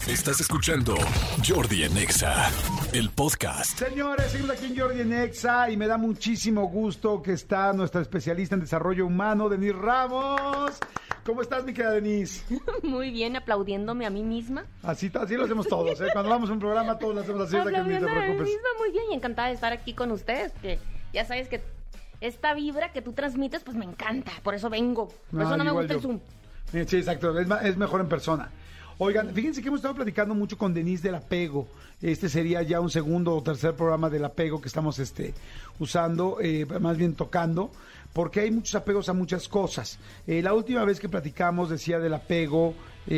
Estás escuchando Jordi en Exa, el podcast. Señores, seguimos aquí en Jordi en Exa y me da muchísimo gusto que está nuestra especialista en desarrollo humano, Denise Ramos. ¿Cómo estás, mi querida Denise? Muy bien, aplaudiéndome a mí misma. Así lo hacemos todos, ¿eh? Cuando vamos a un programa, todos lo hacemos así. Aplaudiendo a mí misma, muy bien, y encantada de estar aquí con ustedes, que ya sabes que esta vibra que tú transmites, pues me encanta, por eso vengo, por eso no me gusta el Zoom. Sí, exacto, es mejor en persona. Oigan, fíjense que hemos estado platicando mucho con Denise del apego. Este sería ya un segundo o tercer programa del apego que estamos usando, más bien tocando, porque hay muchos apegos a muchas cosas. La última vez que platicamos decía del apego,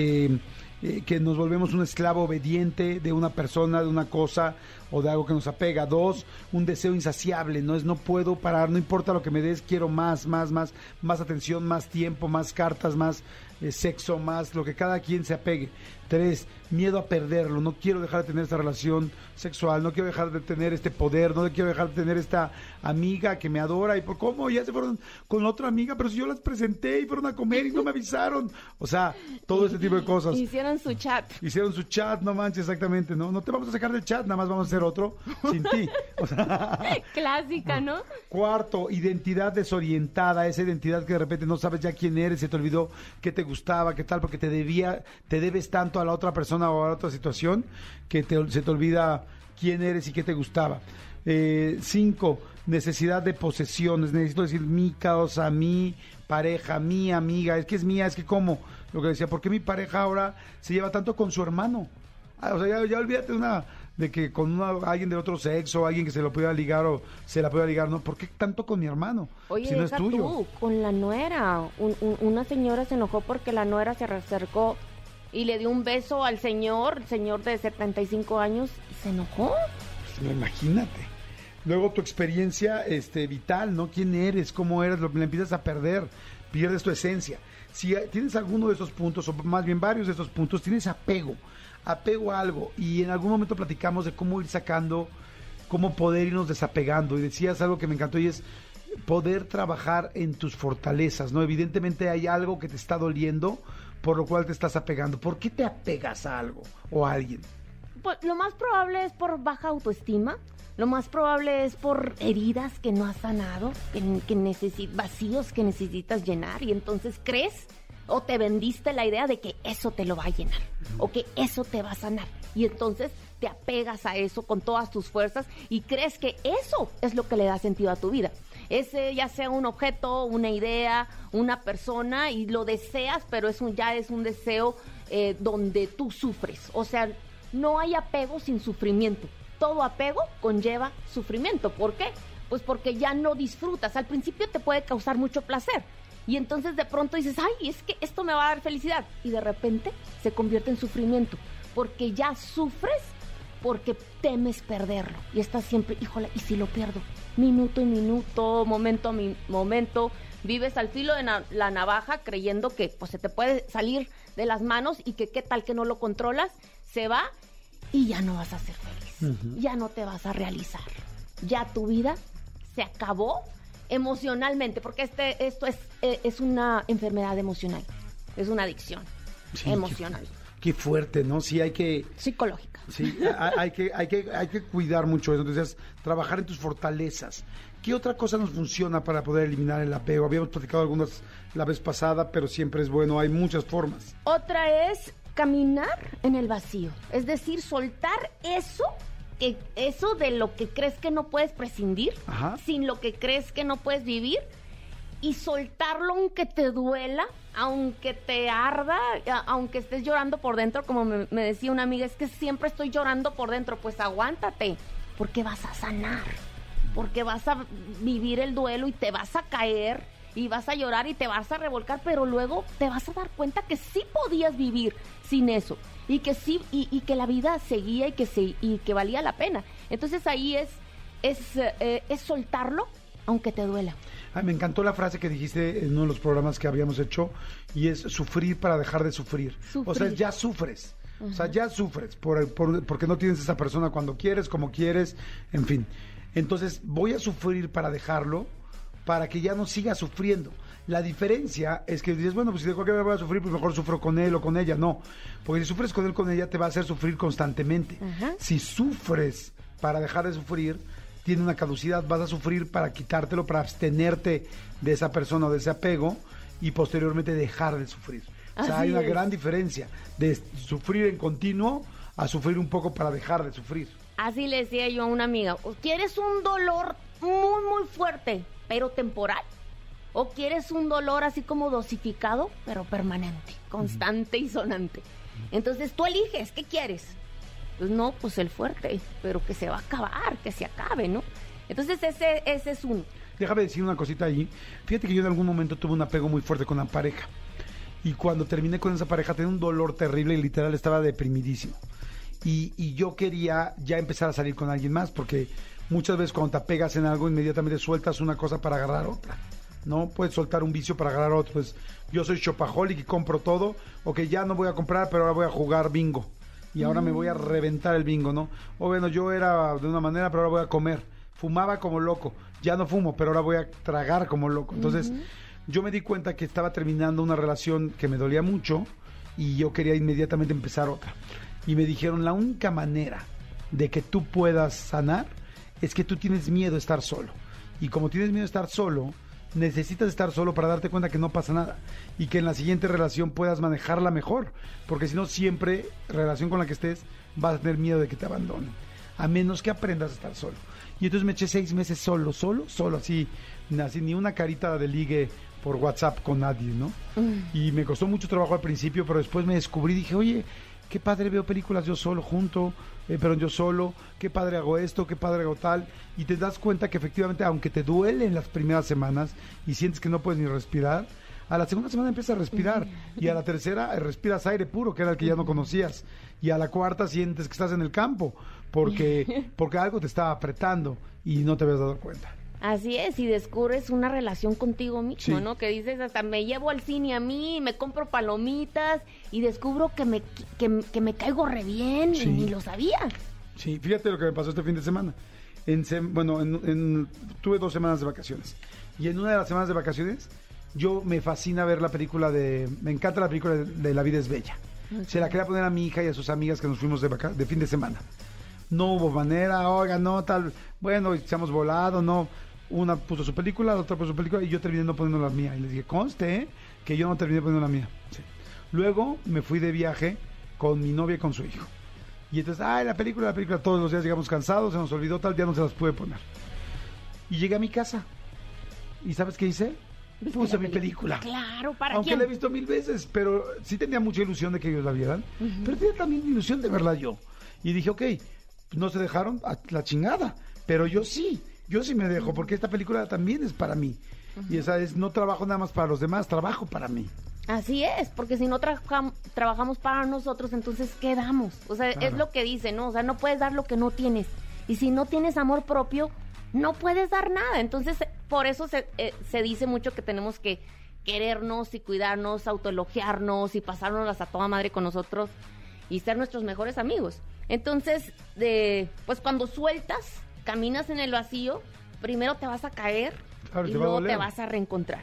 que nos volvemos un esclavo obediente de una persona, de una cosa o de algo que nos apega. 2, un deseo insaciable, no puedo parar, no importa lo que me des, quiero más atención, más tiempo, más cartas, más sexo, más lo que cada quien se apegue. 3, miedo a perderlo, no quiero dejar de tener esta relación sexual, no quiero dejar de tener este poder, no quiero dejar de tener esta amiga que me adora y por cómo ya se fueron con otra amiga, pero si yo las presenté y fueron a comer y no me avisaron. O sea, todo ese tipo de cosas. Hicieron su chat, no manches, exactamente, no te vamos a sacar del chat, nada más vamos a hacer otro sin ti. O sea, clásica, ¿no? 4, identidad desorientada, esa identidad que de repente no sabes ya quién eres, se te olvidó qué te gustaba, qué tal, porque te debes tanto a la otra persona o a la otra situación que se te olvida quién eres y qué te gustaba. 5, necesidad de posesiones, necesito decir mi causa, mi pareja, mi amiga, es que es mía, es que como, lo que decía, ¿por qué mi pareja ahora se lleva tanto con su hermano? O sea, ya olvídate de que con alguien de otro sexo, alguien que se lo pueda ligar o se la pueda ligar, ¿no? ¿Por qué tanto con mi hermano? Oye, si no es tuyo. Tú, con la nuera, una señora se enojó porque la nuera se acercó y le dio un beso al señor, el señor de 75 años, y se enojó. Pues, imagínate. Luego tu experiencia vital, ¿no? ¿Quién eres? ¿Cómo eres? Le empiezas a perder, pierdes tu esencia. Si tienes alguno de esos puntos, o más bien varios de esos puntos, tienes apego a algo, y en algún momento platicamos de cómo ir sacando, cómo poder irnos desapegando, y decías algo que me encantó, y es poder trabajar en tus fortalezas, ¿no? Evidentemente hay algo que te está doliendo, por lo cual te estás apegando. ¿Por qué te apegas a algo o a alguien? Pues lo más probable es por baja autoestima, lo más probable es por heridas que no has sanado, vacíos que necesitas llenar, y entonces crees o te vendiste la idea de que eso te lo va a llenar o que eso te va a sanar, y entonces te apegas a eso con todas tus fuerzas y crees que eso es lo que le da sentido a tu vida. Ese ya sea un objeto, una idea, una persona, y lo deseas, pero ya es un deseo donde tú sufres. O sea, no hay apego sin sufrimiento. Todo apego conlleva sufrimiento. ¿Por qué? Pues porque ya no disfrutas. Al principio te puede causar mucho placer, y entonces de pronto dices, ay, es que esto me va a dar felicidad, y de repente se convierte en sufrimiento, porque ya sufres porque temes perderlo, y estás siempre, híjole, ¿y si lo pierdo? Minuto y minuto, momento a momento, vives al filo de la navaja creyendo que pues se te puede salir de las manos y que qué tal que no lo controlas, se va y ya no vas a ser feliz, ya no te vas a realizar, ya tu vida se acabó emocionalmente, porque esto es una enfermedad emocional, es una adicción emocional. Qué fuerte, ¿no? Sí, hay que... Psicológica. Sí, hay que cuidar mucho eso. Entonces, trabajar en tus fortalezas. ¿Qué otra cosa nos funciona para poder eliminar el apego? Habíamos platicado algunas la vez pasada, pero siempre es bueno. Hay muchas formas. Otra es caminar en el vacío. Es decir, soltar eso de lo que crees que no puedes prescindir, sin lo que crees que no puedes vivir, y soltarlo aunque te duela, aunque te arda, aunque estés llorando por dentro, como me decía una amiga, es que siempre estoy llorando por dentro. Pues aguántate, porque vas a sanar, porque vas a vivir el duelo y te vas a caer y vas a llorar y te vas a revolcar, pero luego te vas a dar cuenta que sí podías vivir sin eso, y que sí, y que la vida seguía y que valía la pena. Entonces ahí es soltarlo aunque te duela. Ay, me encantó la frase que dijiste en uno de los programas que habíamos hecho, y es sufrir para dejar de sufrir. O sea, ya sufres. O sea, ya sufres porque no tienes esa persona cuando quieres, como quieres, en fin. Entonces, voy a sufrir para dejarlo, para que ya no siga sufriendo. La diferencia es que dices, bueno, pues si de cualquier manera voy a sufrir, pues mejor sufro con él o con ella. No, porque si sufres con él o con ella, te va a hacer sufrir constantemente. Ajá. Si sufres para dejar de sufrir, tiene una caducidad. Vas a sufrir para quitártelo, para abstenerte de esa persona o de ese apego y posteriormente dejar de sufrir. O sea, Así hay una es. gran diferencia de sufrir en continuo a sufrir un poco para dejar de sufrir. Así le decía yo a una amiga, ¿o quieres un dolor muy, muy fuerte, pero temporal? ¿O quieres un dolor así como dosificado, pero permanente, constante y sonante? Entonces tú eliges, ¿qué quieres? Pues no, pues el fuerte, pero que se va a acabar, que se acabe, ¿no? Entonces ese es uno. Déjame decir una cosita ahí. Fíjate que yo en algún momento tuve un apego muy fuerte con una pareja. Y cuando terminé con esa pareja tenía un dolor terrible y literal estaba deprimidísimo. Y yo quería ya empezar a salir con alguien más, porque muchas veces cuando te apegas en algo, inmediatamente sueltas una cosa para agarrar otra. No puedes soltar un vicio para agarrar otro. Pues yo soy shopaholic y compro todo. Ok, ya no voy a comprar, pero ahora voy a jugar bingo. Y ahora me voy a reventar el bingo, ¿no? O bueno, yo era de una manera, pero ahora voy a comer. Fumaba como loco. Ya no fumo, pero ahora voy a tragar como loco. Entonces, yo me di cuenta que estaba terminando una relación que me dolía mucho y yo quería inmediatamente empezar otra. Y me dijeron, la única manera de que tú puedas sanar es que tú tienes miedo de estar solo. Y como tienes miedo de estar solo, necesitas estar solo para darte cuenta que no pasa nada y que en la siguiente relación puedas manejarla mejor, porque si no siempre, relación con la que estés, vas a tener miedo de que te abandonen, a menos que aprendas a estar solo. Y entonces me eché 6 meses solo, así ni una carita de ligue por WhatsApp con nadie, ¿no? Y me costó mucho trabajo al principio, pero después me descubrí, dije, oye, qué padre veo películas yo solo, pero yo solo, qué padre hago esto, qué padre hago tal, y te das cuenta que efectivamente, aunque te duele en las primeras semanas y sientes que no puedes ni respirar, a la segunda semana empiezas a respirar, y a la tercera respiras aire puro, que era el que ya no conocías, y a la cuarta sientes que estás en el campo, porque algo te estaba apretando y no te habías dado cuenta. Así es, y descubres una relación contigo mismo, Sí. ¿no? Que dices, hasta me llevo al cine a mí, me compro palomitas y descubro que me caigo re bien, Sí. y ni lo sabía. Sí, fíjate lo que me pasó este fin de semana. Tuve 2 semanas de vacaciones. Y en una de las semanas de vacaciones, yo me fascina ver la película me encanta la película de La vida es bella. Se la quería poner a mi hija y a sus amigas que nos fuimos de fin de semana. No hubo manera, oiga, no, tal, bueno, echamos volado, no. Una puso su película, la otra puso su película y yo terminé no poniendo la mía. Y les dije, conste, que yo no terminé poniendo la mía. Sí. Luego me fui de viaje con mi novia y con su hijo. Y entonces, la película, todos los días llegamos cansados, se nos olvidó tal, día no se las pude poner. Y llegué a mi casa. ¿Y sabes qué hice? ¿Viste Puse la mi película. Claro, ¿para Aunque quién? la he visto 1000 veces, pero sí tenía mucha ilusión de que ellos la vieran. Pero tenía también ilusión de verla yo. Y dije, ok, no se dejaron a la chingada, pero yo sí me dejo, porque esta película también es para mí. Y esa es, no trabajo nada más para los demás, trabajo para mí. Así es, porque si no trabajamos para nosotros, entonces ¿qué damos? O sea, Claro. es lo que dice, ¿no? O sea, no puedes dar lo que no tienes. Y si no tienes amor propio, no puedes dar nada. Entonces, por eso se dice mucho que tenemos que querernos y cuidarnos, autoelogiarnos y pasárnoslas a toda madre con nosotros y ser nuestros mejores amigos. Entonces, pues cuando sueltas, caminas en el vacío, primero te vas a caer Claro, y te va a luego doler. te vas a reencontrar.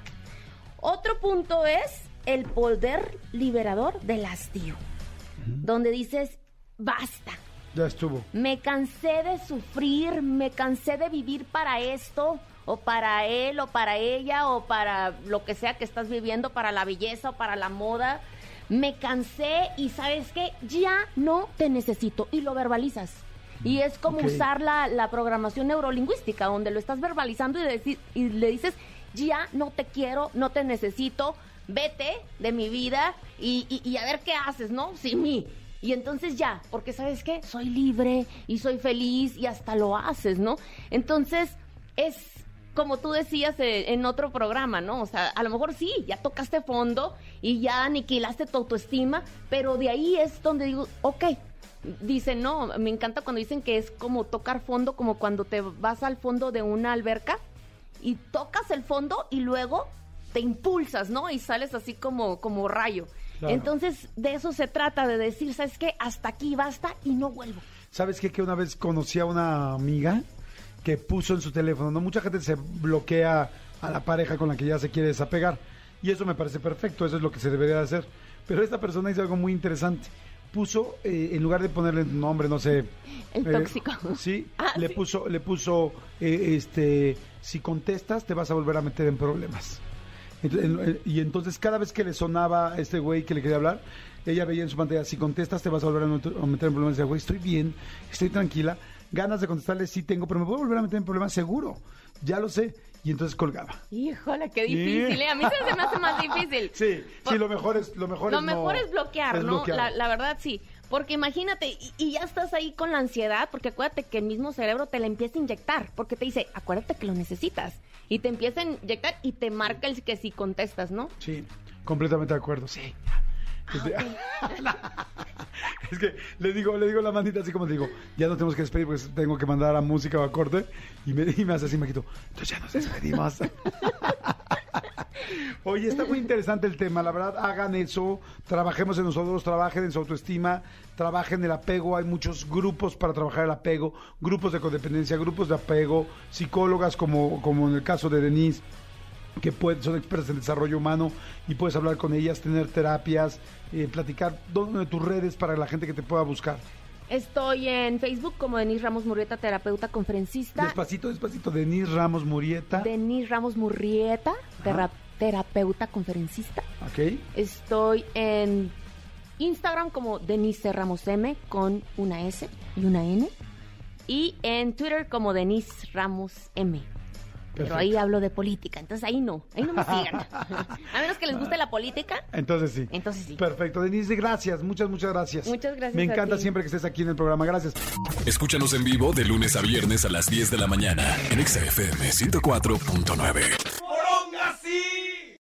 Otro punto es el poder liberador del hastío, donde dices, basta, Ya estuvo. me cansé de sufrir, me cansé de vivir para esto, o para él, o para ella, o para lo que sea que estás viviendo, para la belleza o para la moda. Me cansé y ¿sabes qué? Ya no te necesito, y lo verbalizas. Y es como Ok. usar la programación neurolingüística, donde lo estás verbalizando y le dices, ya no te quiero, no te necesito, vete de mi vida y a ver qué haces, ¿no? Sin mí. Y entonces ya, porque ¿sabes qué? Soy libre y soy feliz y hasta lo haces, ¿no? Entonces es como tú decías en otro programa, ¿no? O sea, a lo mejor sí, ya tocaste fondo y ya aniquilaste tu autoestima, pero de ahí es donde digo, ok. Dicen, no, me encanta cuando dicen que es como tocar fondo, como cuando te vas al fondo de una alberca y tocas el fondo y luego te impulsas, ¿no? Y sales así como rayo. Claro. Entonces, de eso se trata, de decir, ¿sabes qué? Hasta aquí basta y no vuelvo. ¿Sabes qué? Que una vez conocí a una amiga que puso en su teléfono, ¿no? Mucha gente se bloquea a la pareja con la que ya se quiere desapegar. Y eso me parece perfecto, eso es lo que se debería de hacer. Pero esta persona hizo algo muy interesante. Puso, en lugar de ponerle nombre, no sé... El tóxico. Sí, Ah, le sí. puso, si contestas te vas a volver a meter en problemas. Y entonces cada vez que le sonaba a este güey que le quería hablar, ella veía en su pantalla, si contestas te vas a volver a meter en problemas. Y decía, güey, estoy bien, estoy tranquila, ganas de contestarle sí tengo, pero me puedo volver a meter en problemas seguro, ya lo sé. Y entonces colgaba. Híjole, qué difícil, ¿eh? A mí se me hace más difícil. Sí, lo mejor es Lo mejor es bloquear, ¿no? La verdad, sí. Porque imagínate, y ya estás ahí con la ansiedad, porque acuérdate que el mismo cerebro te la empieza a inyectar, porque te dice, acuérdate que lo necesitas. Y te empieza a inyectar y te marca el que si contestas, ¿no? Sí, completamente de acuerdo, sí. Es que le digo la manita así como te digo, ya no tenemos que despedir porque tengo que mandar a música o a corte y me hace así, me quito, entonces ya nos despedimos. Oye, está muy interesante el tema, la verdad, hagan eso, trabajemos en nosotros, trabajen en su autoestima, trabajen el apego, hay muchos grupos para trabajar el apego, grupos de codependencia, grupos de apego, psicólogas como en el caso de Denise, que son expertas en desarrollo humano y puedes hablar con ellas, tener terapias, platicar. ¿Dónde de tus redes para la gente que te pueda buscar? Estoy en Facebook como Denise Ramos Murrieta, terapeuta conferencista. Despacito, Denise Ramos Murrieta. Denise Ramos Murrieta, terapeuta conferencista. Ok. Estoy en Instagram como Denise Ramos M con una S y una N. Y en Twitter como Denise Ramos M. Pero Perfecto. ahí hablo de política, entonces ahí no me sigan. A menos que les guste la política. Entonces sí. Perfecto. Denise, gracias, muchas gracias. Muchas gracias. Me encanta a ti. siempre que estés aquí en el programa. Gracias. Escúchanos en vivo de lunes a viernes a las 10 de la mañana en Exa FM 104.9.